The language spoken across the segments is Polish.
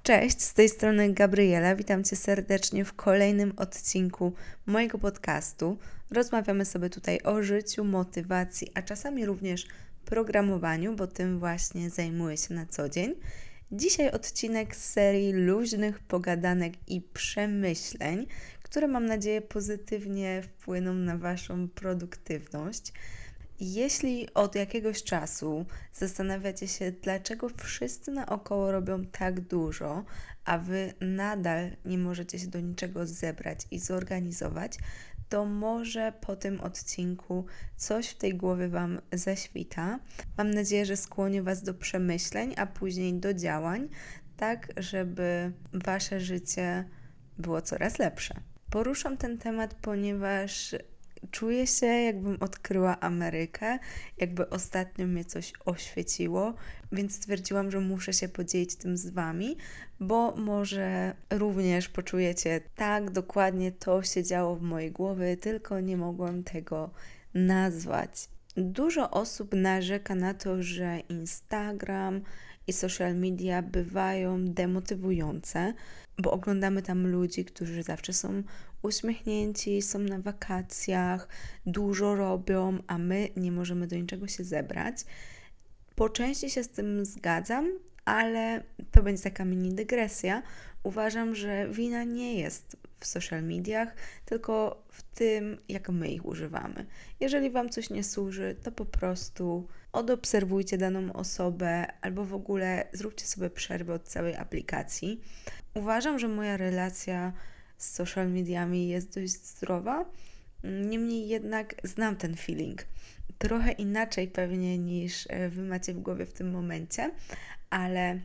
Cześć, z tej strony Gabriela. Witam Cię serdecznie w kolejnym odcinku mojego podcastu. Rozmawiamy sobie tutaj o życiu, motywacji, a czasami również programowaniu, bo tym właśnie zajmuję się na co dzień. Dzisiaj odcinek z serii luźnych pogadanek i przemyśleń, które mam nadzieję pozytywnie wpłyną na Waszą produktywność. Jeśli od jakiegoś czasu zastanawiacie się, dlaczego wszyscy naokoło robią tak dużo, a Wy nadal nie możecie się do niczego zebrać i zorganizować, to może po tym odcinku coś w tej głowie Wam zaświta. Mam nadzieję, że skłonię Was do przemyśleń, a później do działań, tak żeby Wasze życie było coraz lepsze. Poruszam ten temat, ponieważ czuję się, jakbym odkryła Amerykę, jakby ostatnio mnie coś oświeciło, więc stwierdziłam, że muszę się podzielić tym z Wami, bo może również poczujecie, tak, dokładnie to się działo w mojej głowie, tylko nie mogłam tego nazwać. Dużo osób narzeka na to, że Instagram i social media bywają demotywujące, bo oglądamy tam ludzi, którzy zawsze są uśmiechnięci, są na wakacjach, dużo robią, a my nie możemy do niczego się zebrać. Po części się z tym zgadzam, ale to będzie taka mini dygresja. Uważam, że wina nie jest w social mediach, tylko w tym, jak my ich używamy. Jeżeli Wam coś nie służy, to po prostu odobserwujcie daną osobę albo w ogóle zróbcie sobie przerwę od całej aplikacji. Uważam, że moja relacja z social mediami jest dość zdrowa, niemniej jednak znam ten feeling. Trochę inaczej pewnie niż Wy macie w głowie w tym momencie, ale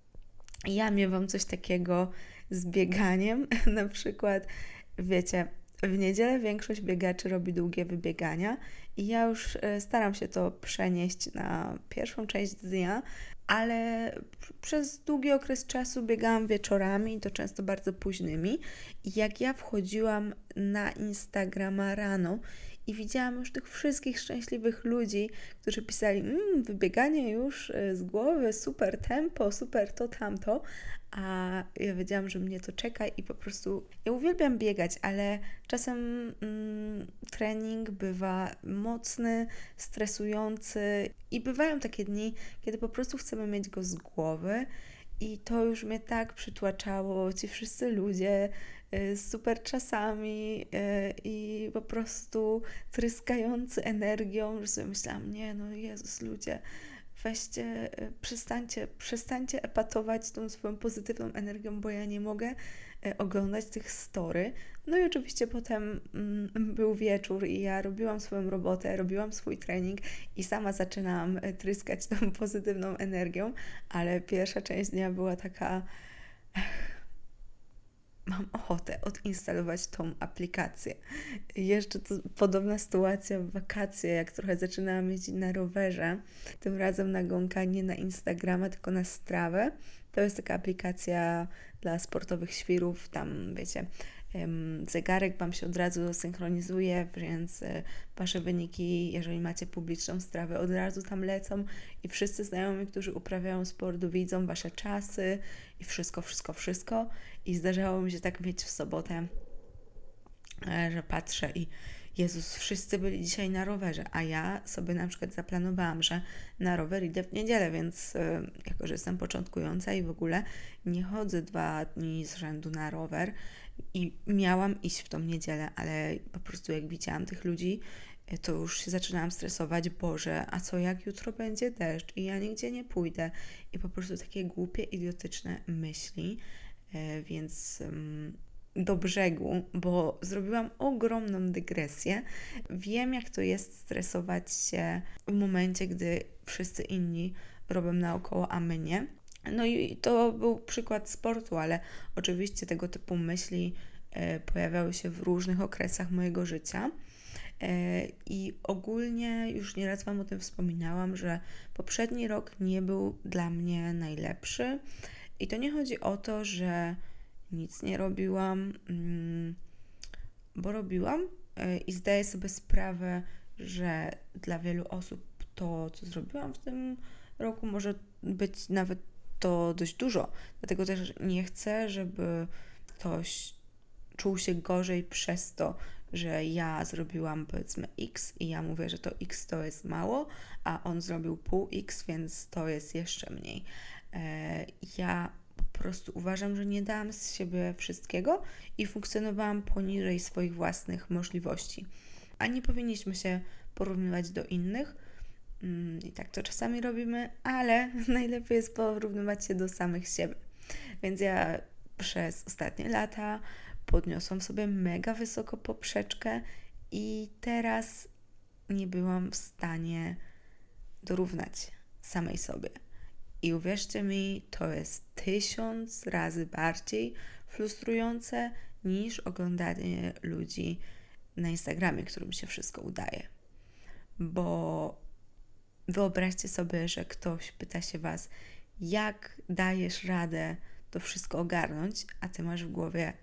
ja miewam coś takiego z bieganiem. Na przykład, wiecie, w niedzielę większość biegaczy robi długie wybiegania i ja już staram się to przenieść na pierwszą część dnia, ale przez długi okres czasu biegałam wieczorami, to często bardzo późnymi. I jak ja wchodziłam na Instagrama rano i widziałam już tych wszystkich szczęśliwych ludzi, którzy pisali, wybieganie już z głowy, super tempo, super to, tamto, a ja wiedziałam, że mnie to czeka i po prostu ja uwielbiam biegać, ale czasem trening bywa mocny, stresujący i bywają takie dni, kiedy po prostu chcemy mieć go z głowy i to już mnie tak przytłaczało, ci wszyscy ludzie z super czasami i po prostu tryskający energią, że sobie myślałam, nie no Jezus ludzie, weźcie, przestańcie epatować tą swoją pozytywną energią, bo ja nie mogę oglądać tych story. No i oczywiście potem był wieczór i ja robiłam swoją robotę, robiłam swój trening i sama zaczynałam tryskać tą pozytywną energią, ale pierwsza część dnia była taka... Mam ochotę odinstalować tą aplikację. Jeszcze to podobna sytuacja w wakacje, jak trochę zaczynałam jeździć na rowerze, tym razem na Gonka, nie na Instagrama, tylko na Strawę. To jest taka aplikacja dla sportowych świrów, tam wiecie, zegarek Wam się od razu synchronizuje, więc Wasze wyniki, jeżeli macie publiczną strawę, od razu tam lecą i wszyscy znajomi, którzy uprawiają sport, widzą Wasze czasy i wszystko. I zdarzało mi się tak mieć w sobotę, że patrzę i Jezus, wszyscy byli dzisiaj na rowerze, a ja sobie na przykład zaplanowałam, że na rower idę w niedzielę, więc jako, że jestem początkująca i w ogóle nie chodzę 2 dni z rzędu na rower i miałam iść w tą niedzielę, ale po prostu jak widziałam tych ludzi, to już się zaczynałam stresować, Boże, a co jak jutro będzie deszcz i ja nigdzie nie pójdę i po prostu takie głupie, idiotyczne myśli, więc... do brzegu, bo zrobiłam ogromną dygresję. Wiem, jak to jest stresować się w momencie, gdy wszyscy inni robią naokoło, a my nie. No i to był przykład sportu, ale oczywiście tego typu myśli pojawiały się w różnych okresach mojego życia. I ogólnie już nieraz Wam o tym wspominałam, że poprzedni rok nie był dla mnie najlepszy. I to nie chodzi o to, że nic nie robiłam, bo robiłam i zdaję sobie sprawę, że dla wielu osób to, co zrobiłam w tym roku, może być nawet to dość dużo. Dlatego też nie chcę, żeby ktoś czuł się gorzej przez to, że ja zrobiłam powiedzmy X i ja mówię, że to X to jest mało, a on zrobił pół X, więc to jest jeszcze mniej. Ja po prostu uważam, że nie dałam z siebie wszystkiego i funkcjonowałam poniżej swoich własnych możliwości. A nie powinniśmy się porównywać do innych. I tak to czasami robimy, ale najlepiej jest porównywać się do samych siebie. Więc ja przez ostatnie lata podniosłam sobie mega wysoko poprzeczkę i teraz nie byłam w stanie dorównać samej sobie. I uwierzcie mi, to jest 1000 razy bardziej frustrujące niż oglądanie ludzi na Instagramie, którym się wszystko udaje. Bo wyobraźcie sobie, że ktoś pyta się Was, jak dajesz radę to wszystko ogarnąć, a Ty masz w głowie,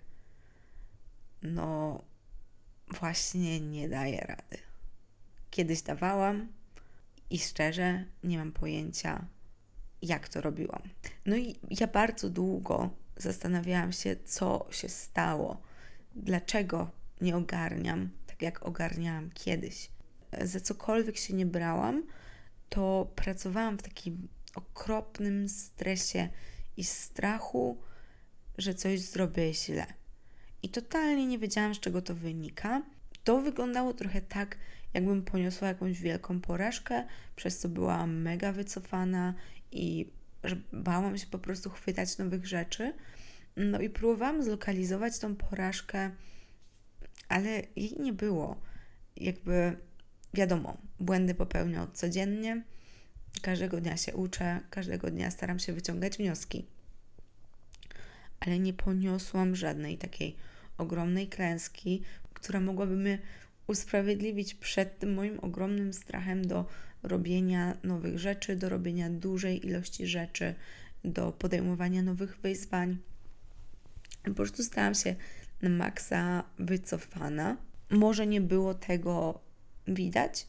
no właśnie nie daję rady. Kiedyś dawałam i szczerze nie mam pojęcia, jak to robiłam. No i ja bardzo długo zastanawiałam się, co się stało, dlaczego nie ogarniam tak, jak ogarniałam kiedyś. Za cokolwiek się nie brałam, to pracowałam w takim okropnym stresie i strachu, że coś zrobię źle. I totalnie nie wiedziałam, z czego to wynika. To wyglądało trochę tak, jakbym poniosła jakąś wielką porażkę, przez co byłam mega wycofana i że bałam się po prostu chwytać nowych rzeczy. No i próbowałam zlokalizować tą porażkę, ale jej nie było. Jakby wiadomo, błędy popełniam codziennie, każdego dnia się uczę, każdego dnia staram się wyciągać wnioski. Ale nie poniosłam żadnej takiej ogromnej klęski, która mogłaby mnie usprawiedliwić przed tym moim ogromnym strachem do robienia nowych rzeczy, do robienia dużej ilości rzeczy, do podejmowania nowych wyzwań. Po prostu stałam się na maksa wycofana. Może nie było tego widać,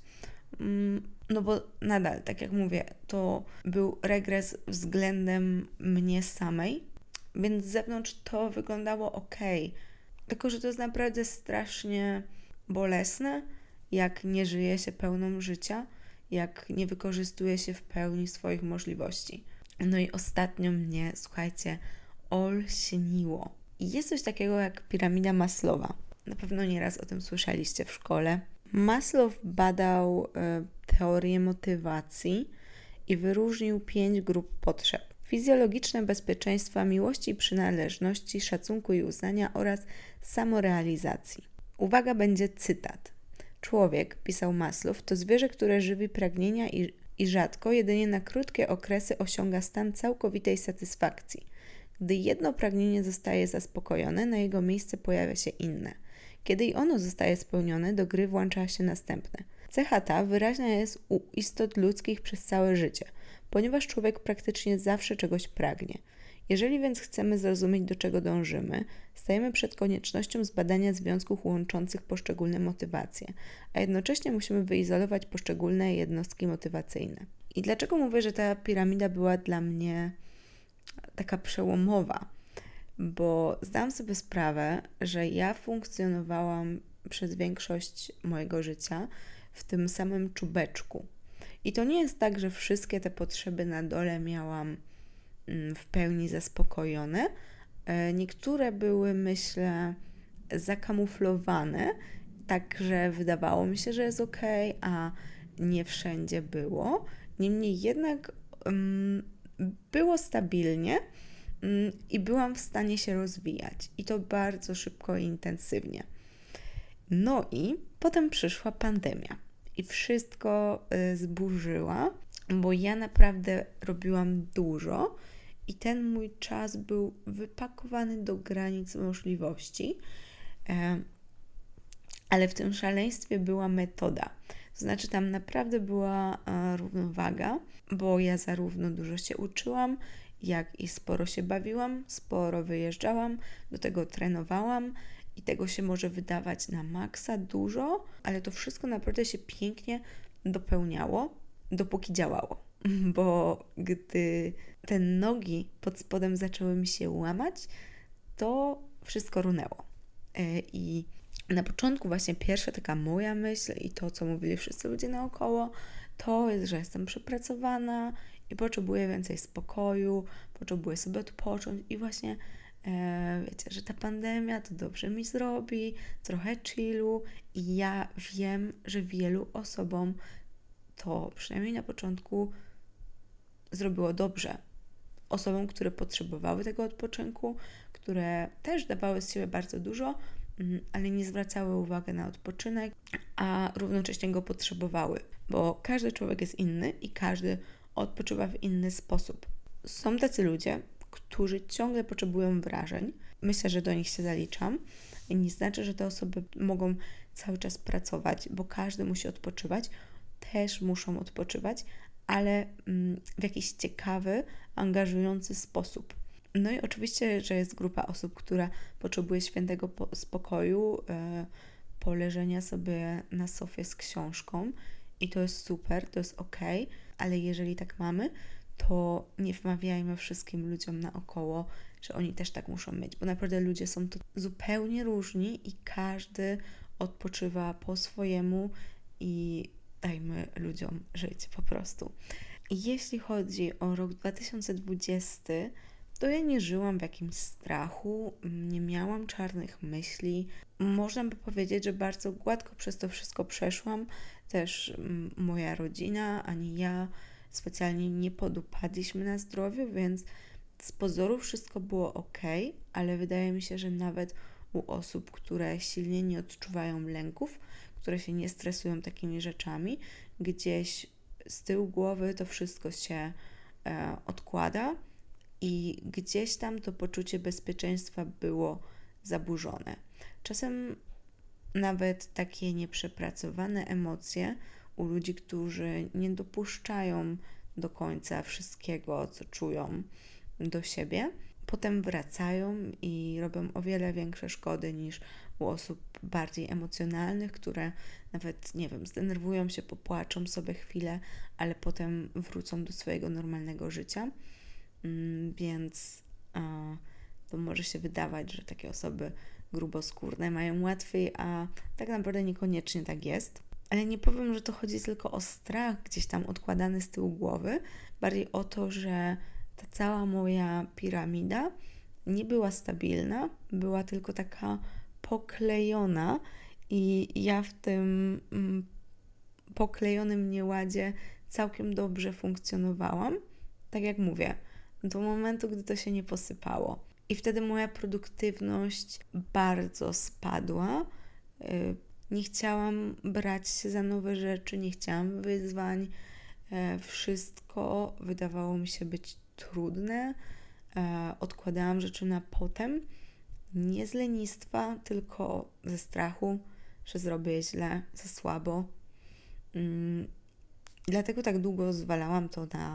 no bo nadal, tak jak mówię, to był regres względem mnie samej, więc z zewnątrz to wyglądało ok. Tylko że to jest naprawdę strasznie bolesne, jak nie żyje się pełną życia, jak nie wykorzystuje się w pełni swoich możliwości. No i ostatnio mnie, słuchajcie, olśniło. I jest coś takiego jak piramida Maslowa. Na pewno nieraz o tym słyszeliście w szkole. Maslow badał teorię motywacji i wyróżnił 5 grup potrzeb. Fizjologiczne bezpieczeństwa, miłości i przynależności, szacunku i uznania oraz samorealizacji. Uwaga, będzie cytat. Człowiek, pisał Maslow, to zwierzę, które żywi pragnienia i rzadko, jedynie na krótkie okresy osiąga stan całkowitej satysfakcji. Gdy jedno pragnienie zostaje zaspokojone, na jego miejsce pojawia się inne. Kiedy i ono zostaje spełnione, do gry włącza się następne. Cecha ta wyraźna jest u istot ludzkich przez całe życie, ponieważ człowiek praktycznie zawsze czegoś pragnie. Jeżeli więc chcemy zrozumieć, do czego dążymy, stajemy przed koniecznością zbadania związków łączących poszczególne motywacje, a jednocześnie musimy wyizolować poszczególne jednostki motywacyjne. I dlaczego mówię, że ta piramida była dla mnie taka przełomowa? Bo zdałam sobie sprawę, że ja funkcjonowałam przez większość mojego życia w tym samym czubeczku. I to nie jest tak, że wszystkie te potrzeby na dole miałam w pełni zaspokojone. Niektóre były, myślę, zakamuflowane, tak że wydawało mi się, że jest ok, a nie wszędzie było. Niemniej jednak było stabilnie i byłam w stanie się rozwijać. I to bardzo szybko i intensywnie. No i potem przyszła pandemia i wszystko zburzyła, bo ja naprawdę robiłam dużo i ten mój czas był wypakowany do granic możliwości, ale w tym szaleństwie była metoda. To znaczy tam naprawdę była równowaga, bo ja zarówno dużo się uczyłam, jak i sporo się bawiłam, sporo wyjeżdżałam, do tego trenowałam i tego się może wydawać na maksa dużo, ale to wszystko naprawdę się pięknie dopełniało, dopóki działało. bo gdy te nogi pod spodem zaczęły mi się łamać, to wszystko runęło. I na początku właśnie pierwsza taka moja myśl i to, co mówili wszyscy ludzie naokoło, to jest, że jestem przepracowana i potrzebuję więcej spokoju, potrzebuję sobie odpocząć i właśnie wiecie, że ta pandemia to dobrze mi zrobi, trochę chillu i ja wiem, że wielu osobom to przynajmniej na początku zrobiło dobrze. Osobom, które potrzebowały tego odpoczynku, które też dawały z siebie bardzo dużo, ale nie zwracały uwagi na odpoczynek, a równocześnie go potrzebowały, bo każdy człowiek jest inny i każdy odpoczywa w inny sposób. Są tacy ludzie, którzy ciągle potrzebują wrażeń. Myślę, że do nich się zaliczam. I nie znaczy, że te osoby mogą cały czas pracować, bo każdy musi odpoczywać. Też muszą odpoczywać, ale w jakiś ciekawy, angażujący sposób. No i oczywiście, że jest grupa osób, która potrzebuje świętego spokoju, poleżenia sobie na sofie z książką i to jest super, to jest okej, ale jeżeli tak mamy, to nie wmawiajmy wszystkim ludziom naokoło, że oni też tak muszą mieć, bo naprawdę ludzie są to zupełnie różni i każdy odpoczywa po swojemu i dajmy ludziom żyć po prostu. Jeśli chodzi o rok 2020, to ja nie żyłam w jakimś strachu, nie miałam czarnych myśli. Można by powiedzieć, że bardzo gładko przez to wszystko przeszłam. Też moja rodzina, ani ja specjalnie nie podupadliśmy na zdrowiu, więc z pozoru wszystko było ok, ale wydaje mi się, że nawet u osób, które silnie nie odczuwają lęków, które się nie stresują takimi rzeczami, gdzieś z tyłu głowy to wszystko się odkłada i gdzieś tam to poczucie bezpieczeństwa było zaburzone. Czasem nawet takie nieprzepracowane emocje u ludzi, którzy nie dopuszczają do końca wszystkiego, co czują do siebie, potem wracają i robią o wiele większe szkody niż u osób bardziej emocjonalnych, które nawet, nie wiem, zdenerwują się, popłaczą sobie chwilę, ale potem wrócą do swojego normalnego życia. Więc to może się wydawać, że takie osoby gruboskórne mają łatwiej, a tak naprawdę niekoniecznie tak jest. Ale nie powiem, że to chodzi tylko o strach gdzieś tam odkładany z tyłu głowy, bardziej o to, że ta cała moja piramida nie była stabilna, była tylko taka poklejona i ja w tym poklejonym nieładzie całkiem dobrze funkcjonowałam. Tak jak mówię, do momentu, gdy to się nie posypało. I wtedy moja produktywność bardzo spadła. Nie chciałam brać się za nowe rzeczy, nie chciałam wyzwań. Wszystko wydawało mi się być trudne. Odkładałam rzeczy na potem. Nie z lenistwa, tylko ze strachu, że zrobię źle, za słabo. Dlatego tak długo zwalałam to na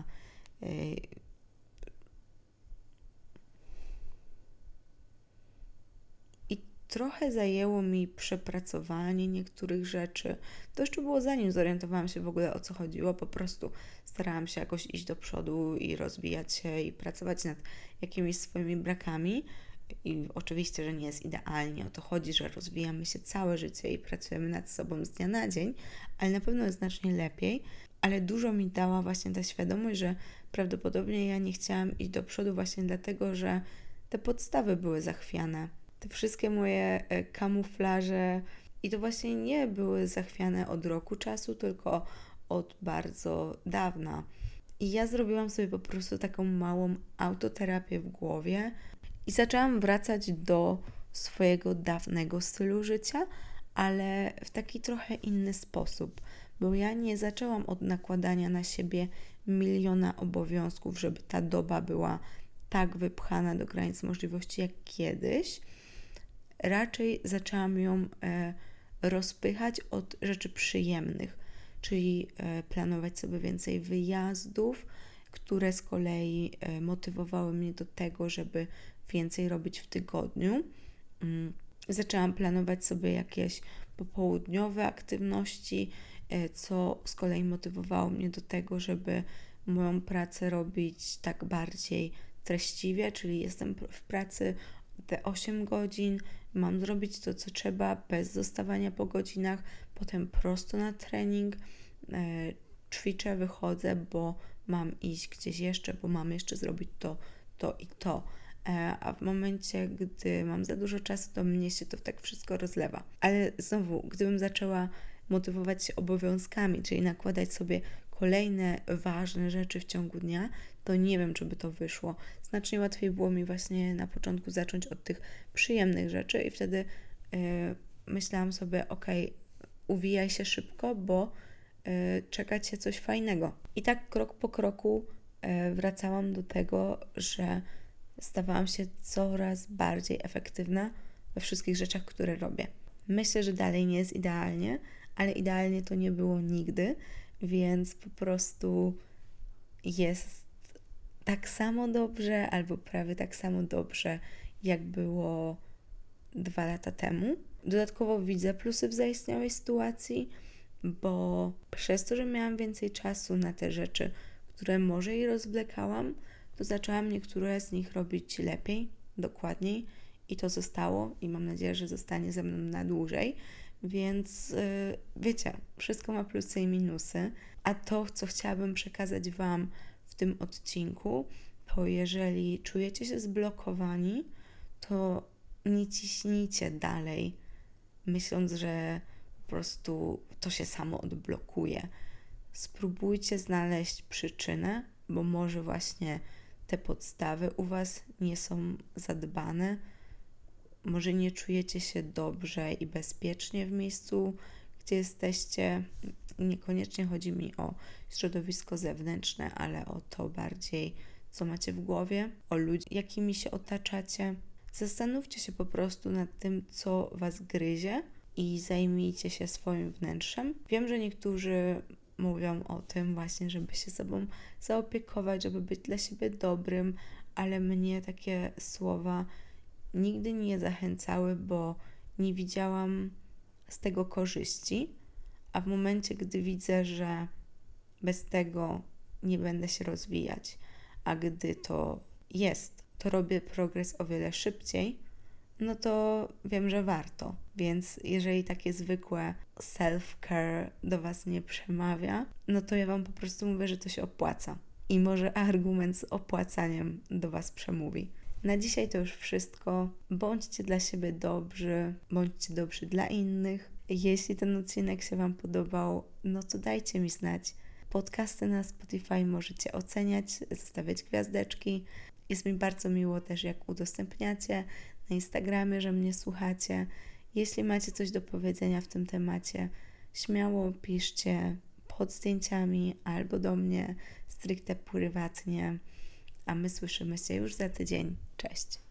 trochę zajęło mi przepracowanie niektórych rzeczy. To jeszcze było zanim zorientowałam się w ogóle, o co chodziło. Po prostu starałam się jakoś iść do przodu i rozwijać się i pracować nad jakimiś swoimi brakami. I oczywiście, że nie jest idealnie. O to chodzi, że rozwijamy się całe życie i pracujemy nad sobą z dnia na dzień, ale na pewno jest znacznie lepiej. Ale dużo mi dała właśnie ta świadomość, że prawdopodobnie ja nie chciałam iść do przodu właśnie dlatego, że te podstawy były zachwiane. Te wszystkie moje kamuflaże i to właśnie nie były zachwiane od roku czasu, tylko od bardzo dawna. I ja zrobiłam sobie po prostu taką małą autoterapię w głowie i zaczęłam wracać do swojego dawnego stylu życia, ale w taki trochę inny sposób, bo ja nie zaczęłam od nakładania na siebie miliona obowiązków, żeby ta doba była tak wypchana do granic możliwości jak kiedyś. Raczej zaczęłam ją rozpychać od rzeczy przyjemnych, czyli planować sobie więcej wyjazdów, które z kolei motywowały mnie do tego, żeby więcej robić w tygodniu. Zaczęłam planować sobie jakieś popołudniowe aktywności, co z kolei motywowało mnie do tego, żeby moją pracę robić tak bardziej treściwie, czyli jestem w pracy te 8 godzin, mam zrobić to, co trzeba, bez zostawania po godzinach, potem prosto na trening, ćwiczę, wychodzę, bo mam iść gdzieś jeszcze, bo mam jeszcze zrobić to i to. A w momencie, gdy mam za dużo czasu, to mnie się to tak wszystko rozlewa. Ale znowu, gdybym zaczęła motywować się obowiązkami, czyli nakładać sobie kolejne ważne rzeczy w ciągu dnia, to nie wiem, czy by to wyszło. Znacznie łatwiej było mi właśnie na początku zacząć od tych przyjemnych rzeczy i wtedy myślałam sobie, uwijaj się szybko, bo czeka Cię coś fajnego. I tak krok po kroku wracałam do tego, że stawałam się coraz bardziej efektywna we wszystkich rzeczach, które robię. Myślę, że dalej nie jest idealnie, ale idealnie to nie było nigdy, więc po prostu jest tak samo dobrze, albo prawie tak samo dobrze, jak było 2 lata temu. Dodatkowo widzę plusy w zaistniałej sytuacji, bo przez to, że miałam więcej czasu na te rzeczy, które może i rozwlekałam, to zaczęłam niektóre z nich robić lepiej, dokładniej i to zostało i mam nadzieję, że zostanie ze mną na dłużej. Więc wiecie, wszystko ma plusy i minusy, a to, co chciałabym przekazać Wam w tym odcinku, to jeżeli czujecie się zblokowani, to nie ciśnijcie dalej, myśląc, że po prostu to się samo odblokuje. Spróbujcie znaleźć przyczynę, bo może właśnie te podstawy u Was nie są zadbane, może nie czujecie się dobrze i bezpiecznie w miejscu, gdzie jesteście. Niekoniecznie chodzi mi o środowisko zewnętrzne, ale o to bardziej, co macie w głowie, o ludzi, jakimi się otaczacie. Zastanówcie się po prostu nad tym, co Was gryzie i zajmijcie się swoim wnętrzem. Wiem, że niektórzy mówią o tym właśnie, żeby się sobą zaopiekować, żeby być dla siebie dobrym, ale mnie takie słowa nigdy nie zachęcały, bo nie widziałam z tego korzyści, a w momencie, gdy widzę, że bez tego nie będę się rozwijać, a gdy to jest, to robię progres o wiele szybciej, no to wiem, że warto. Więc jeżeli takie zwykłe self-care do Was nie przemawia, no to ja Wam po prostu mówię, że to się opłaca. I może argument z opłacaniem do Was przemówi. Na dzisiaj to już wszystko. Bądźcie dla siebie dobrzy, bądźcie dobrzy dla innych. Jeśli ten odcinek się Wam podobał, no to dajcie mi znać. Podcasty na Spotify możecie oceniać, zostawiać gwiazdeczki. Jest mi bardzo miło też, jak udostępniacie na Instagramie, że mnie słuchacie. Jeśli macie coś do powiedzenia w tym temacie, śmiało piszcie pod zdjęciami albo do mnie stricte prywatnie. A my słyszymy się już za tydzień. Cześć!